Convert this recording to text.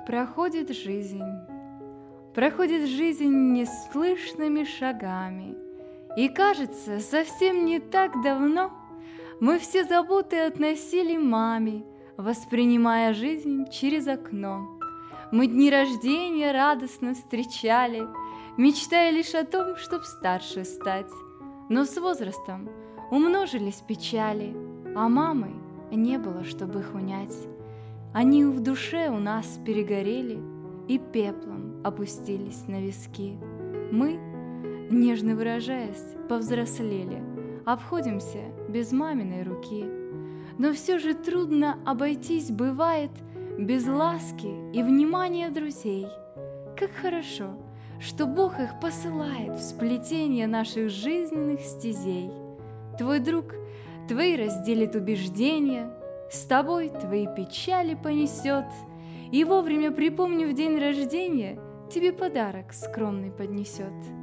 Проходит жизнь неслышными шагами, и кажется, совсем не так давно мы все заботы относили маме, воспринимая жизнь через окно. Мы дни рождения радостно встречали, мечтая лишь о том, чтоб старше стать. Но с возрастом умножились печали, а мамы не было, чтобы их унять. Они в душе у нас перегорели и пеплом опустились на виски. Мы, нежно выражаясь, повзрослели, обходимся без маминой руки. Но все же трудно обойтись бывает без ласки и внимания друзей. Как хорошо, что Бог их посылает в сплетение наших жизненных стезей. Твой друг твои разделит убеждения, с тобой твои печали понесет, и вовремя, припомнив день рождения, тебе подарок скромный поднесет.